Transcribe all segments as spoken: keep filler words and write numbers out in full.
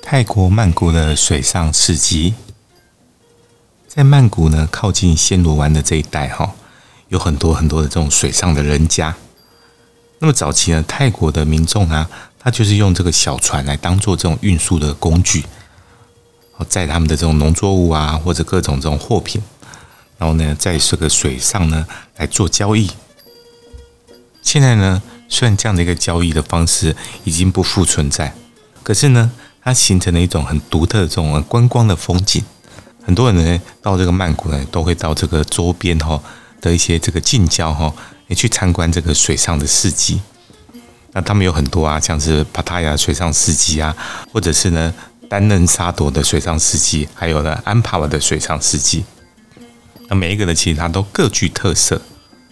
泰国曼谷的水上市集，在曼谷呢，靠近暹罗湾的这一带哈，有很多很多的这种水上的人家。那么早期呢，泰国的民众啊，他就是用这个小船来当做这种运输的工具，载他们的这种农作物啊，或者各种这种货品，然后呢，在这个水上呢来做交易。现在呢，虽然这样的一个交易的方式已经不复存在，可是呢，它形成了一种很独特的这种观光的风景。很多人呢到这个曼谷呢，都会到这个周边哈的一些这个近郊哈，也去参观这个水上的市集。那他们有很多啊，像是帕塔亚水上市集啊，或者是呢丹嫩沙朵的水上市集，还有呢安帕瓦的水上市集。那每一个呢，其实它都各具特色。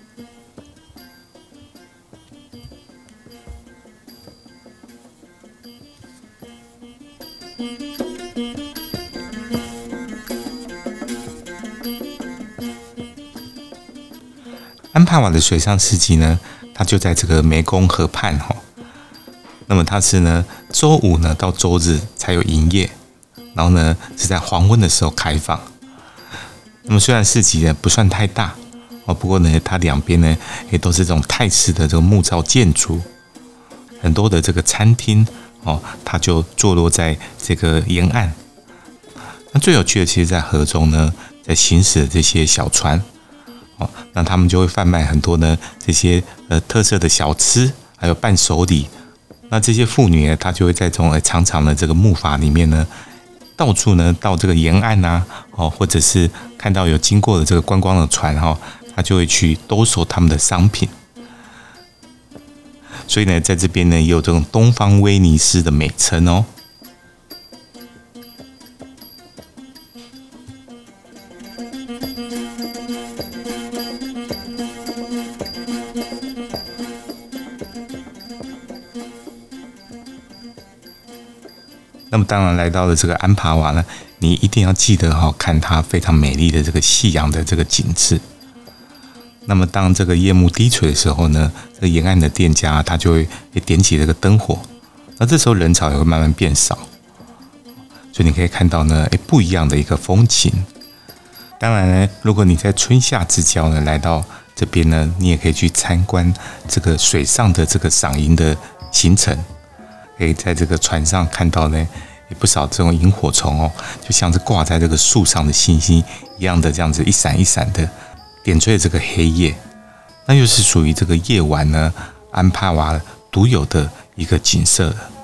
安帕瓦的水上市集呢，它就在这个湄公河畔哈。那么它是呢，周五呢到周日才有营业，然后呢是在黄昏的时候开放。那么虽然市集呢不算太大哦，不过呢它两边呢也都是这种泰式的这个木造建筑，很多的这个餐厅哦，它就坐落在这个沿岸。那最有趣的，其实在河中呢，在行驶的这些小船。哦，那他们就会贩卖很多呢这些呃特色的小吃，还有伴手礼。那这些妇女呢，她就会在这种长长的这个木筏里面呢，到处呢到这个沿岸啊，哦，或者是看到有经过的这个观光的船哈、哦，她就会去兜售他们的商品。所以呢，在这边呢也有这种东方威尼斯的美称哦。那么当然来到了这个安帕瓦呢，你一定要记得哈、哦，看它非常美丽的这个夕阳的这个景致。那么当这个夜幕低垂的时候呢，这个沿岸的店家他就会点起这个灯火，那这时候人潮也会慢慢变少，所以你可以看到呢，哎，不一样的一个风情。当然呢，如果你在春夏之交呢来到这边呢，你也可以去参观这个水上的这个赏萤的行程。可以在这个船上看到呢，也不少这种萤火虫哦，就像是挂在这个树上的星星一样的，这样子一闪一闪的点缀这个黑夜，那又是属于这个夜晚呢安帕瓦独有的一个景色了。